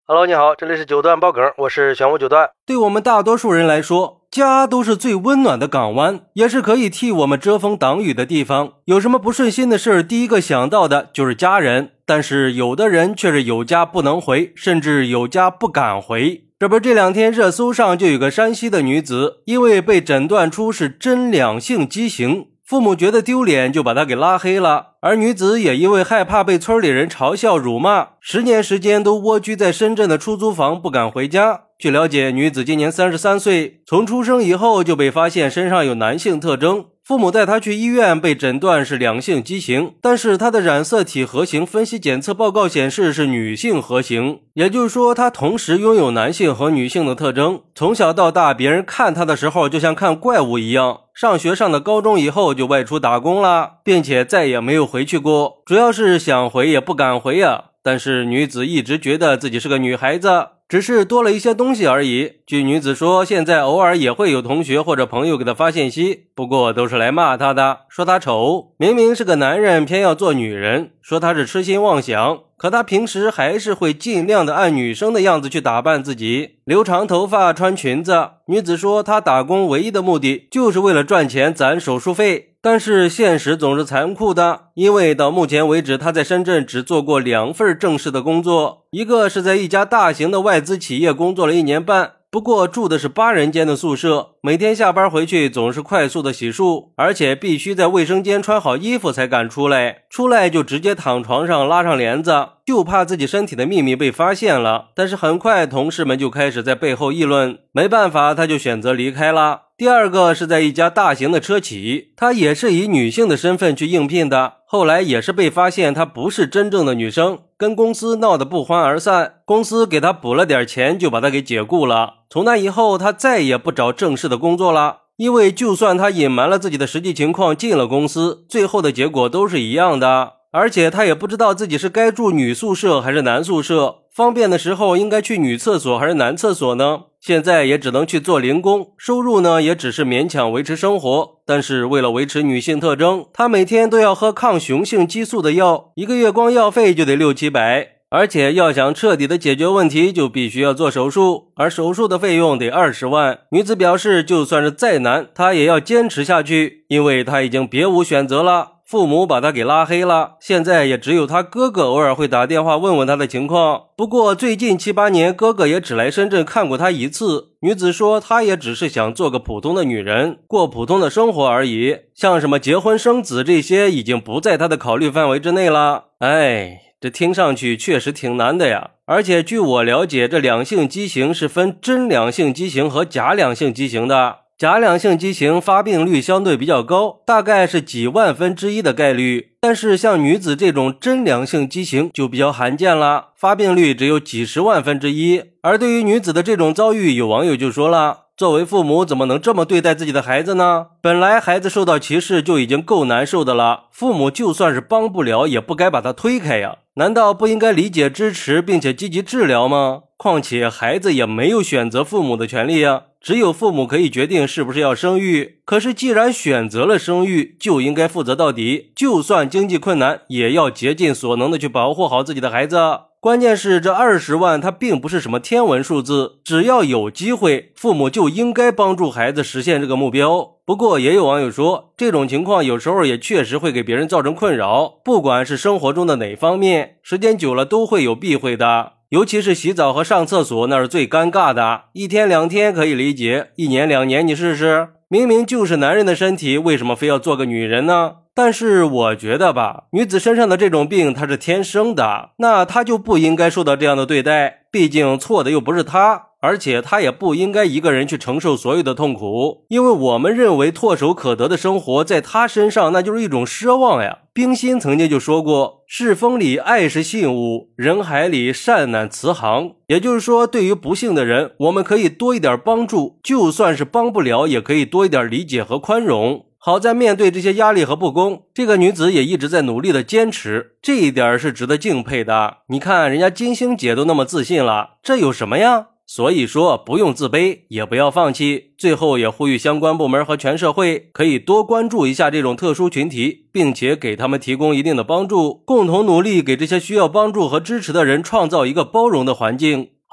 Hello，你好，这里是九段爆梗，我是玄武九段。 对我们大多数人来说，家都是最温暖的港湾，也是可以替我们遮风挡雨的地方。有什么不顺心的事，第一个想到的就是家人。但是有的人却是有家不能回，甚至有家不敢回。这不，这两天热搜上就有个山西的女子，因为被诊断出是真两性畸形，父母觉得丢脸，就把她给拉黑了。而女子也因为害怕被村里人嘲笑辱骂，10年时间都蜗居在深圳的出租房，不敢回家。据了解，女子今年33岁，从出生以后就被发现身上有男性特征，父母带她去医院，被诊断是两性畸形，但是她的染色体核型分析检测报告显示是女性核型，也就是说她同时拥有男性和女性的特征。从小到大，别人看她的时候就像看怪物一样。上学上的高中以后就外出打工了，并且再也没有回去过，主要是想回也不敢回呀。但是女子一直觉得自己是个女孩子，只是多了一些东西而已。据女子说，现在偶尔也会有同学或者朋友给她发信息，不过都是来骂她的，说她丑，明明是个男人偏要做女人，说她是痴心妄想。可她平时还是会尽量的按女生的样子去打扮自己，留长头发，穿裙子。女子说她打工唯一的目的就是为了赚钱攒手术费，但是现实总是残酷的，因为到目前为止她在深圳只做过2份正式的工作，一个是在一家大型的外资企业工作了1年半，不过住的是8人间的宿舍，每天下班回去总是快速的洗漱，而且必须在卫生间穿好衣服才敢出来，出来就直接躺床上拉上帘子，就怕自己身体的秘密被发现了。但是很快同事们就开始在背后议论，没办法，他就选择离开了。第二个是在一家大型的车企，她也是以女性的身份去应聘的，后来也是被发现她不是真正的女生，跟公司闹得不欢而散，公司给她补了点钱就把她给解雇了。从那以后她再也不找正式的工作了，因为就算她隐瞒了自己的实际情况进了公司，最后的结果都是一样的。而且她也不知道自己是该住女宿舍还是男宿舍，方便的时候应该去女厕所还是男厕所呢？现在也只能去做零工，收入呢也只是勉强维持生活。但是为了维持女性特征，她每天都要喝抗雄性激素的药，一个月光药费就得600-700，而且要想彻底的解决问题，就必须要做手术，而手术的费用得20万。女子表示，就算是再难，她也要坚持下去，因为她已经别无选择了。父母把他给拉黑了，现在也只有他哥哥偶尔会打电话问问他的情况。不过最近7-8年，哥哥也只来深圳看过他一次。女子说，她也只是想做个普通的女人，过普通的生活而已，像什么结婚生子这些已经不在她的考虑范围之内了。这听上去确实挺难的呀。而且据我了解，这两性畸形是分真两性畸形和假两性畸形的。假两性畸形发病率相对比较高，大概是几万分之一的概率，但是像女子这种真两性畸形就比较罕见了，发病率只有几十万分之一。而对于女子的这种遭遇，有网友就说了，作为父母怎么能这么对待自己的孩子呢？本来孩子受到歧视就已经够难受的了，父母就算是帮不了也不该把他推开呀，难道不应该理解支持并且积极治疗吗？况且孩子也没有选择父母的权利呀，只有父母可以决定是不是要生育。可是既然选择了生育，就应该负责到底，就算经济困难也要竭尽所能的去保护好自己的孩子。关键是这20万它并不是什么天文数字，只要有机会，父母就应该帮助孩子实现这个目标。不过也有网友说，这种情况有时候也确实会给别人造成困扰，不管是生活中的哪方面，时间久了都会有避讳的。尤其是洗澡和上厕所，那是最尴尬的，1天2天可以理解，1年2年你试试，明明就是男人的身体，为什么非要做个女人呢？但是我觉得吧，女子身上的这种病她是天生的，那她就不应该受到这样的对待，毕竟错的又不是她，而且她也不应该一个人去承受所有的痛苦，因为我们认为唾手可得的生活在她身上那就是一种奢望呀。冰心曾经就说过，世风里爱是信物，人海里善难慈航。也就是说，对于不幸的人，我们可以多一点帮助，就算是帮不了，也可以多一点理解和宽容。好在面对这些压力和不公，这个女子也一直在努力的坚持，这一点是值得敬佩的。你看人家金星姐都那么自信了，这有什么呀？所以说不用自卑，也不要放弃。最后也呼吁相关部门和全社会可以多关注一下这种特殊群体，并且给他们提供一定的帮助，共同努力给这些需要帮助和支持的人创造一个包容的环境。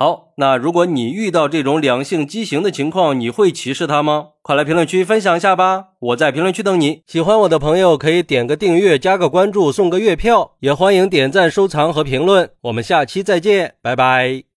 好，那如果你遇到这种两性畸形的情况，你会歧视他吗？快来评论区分享一下吧，我在评论区等你。喜欢我的朋友可以点个订阅，加个关注，送个月票，也欢迎点赞、收藏和评论。我们下期再见，拜拜。